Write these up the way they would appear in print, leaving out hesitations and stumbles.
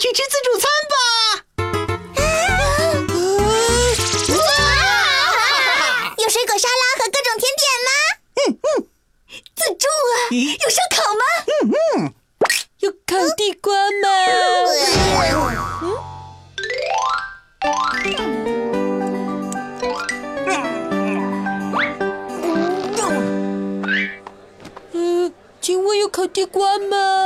去吃自助餐吧。 有水果沙拉和各种甜点吗？自助啊，有烧烤吗？ 有烤地瓜吗？请问有烤地瓜吗？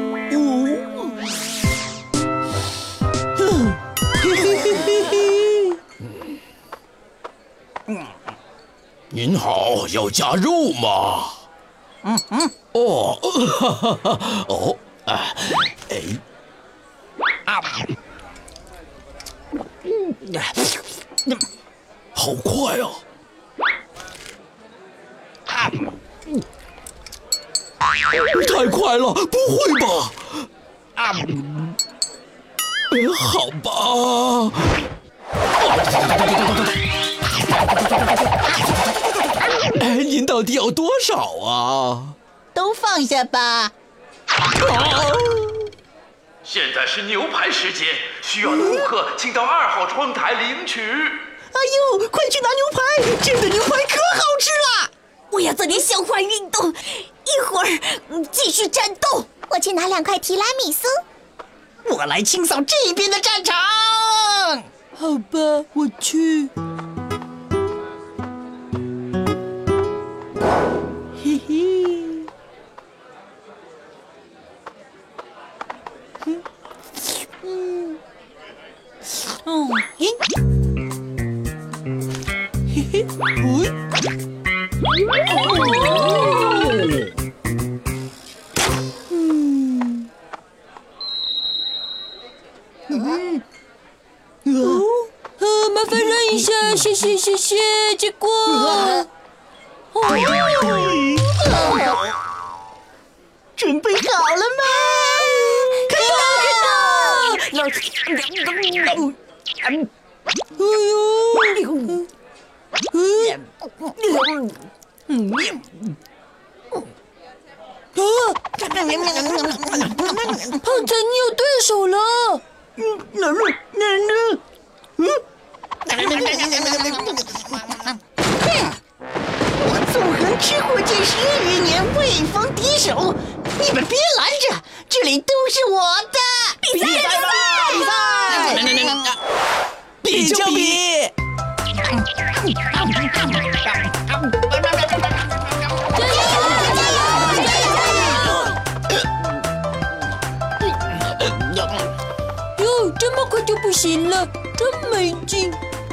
您好，要加肉吗？哦，哦，好快啊！太快了，不会吧？好吧。您到底要多少啊？ 都放下吧。 现在是牛排时间，需要的顾客请到2号窗台领取。 哎呦，快去拿牛排！这个牛排可好吃了。 我要做点消化运动，一会儿继续战斗。我去拿2块提拉米苏。 我来清扫这边的战场。 好吧，我去。嘿嘿。嘿嘿，麻烦让一下，谢谢谢谢。结果， 准备好了吗？开动！ 胖仔，你有对手了。 我纵横吃货界10余年，未逢敌手。你们别拦着，这里都是我的。 比赛吧！ 比就比。 哟，这么快就不行了，真没劲。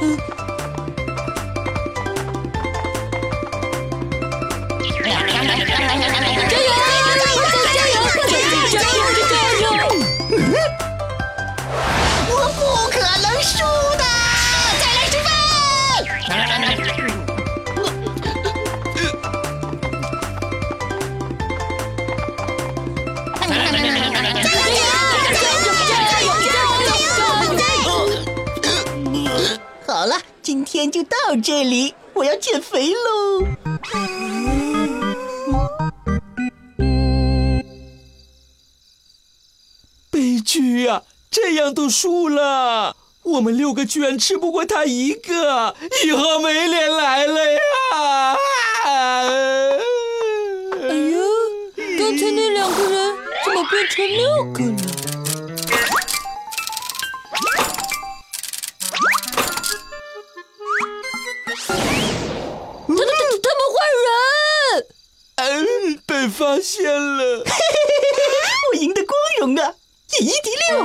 我不可能输的！再来10分！好了，今天就到这里，我要减肥喽。 悲剧呀！这样都输了，我们6个居然吃不过他1个，以后没脸来了呀！ 哎呀，刚才那2个人怎么变成6个了？他们坏人！ 被发现了。 我赢得光荣啊！以1敌6。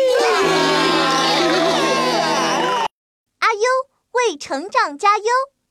阿优为成长加油。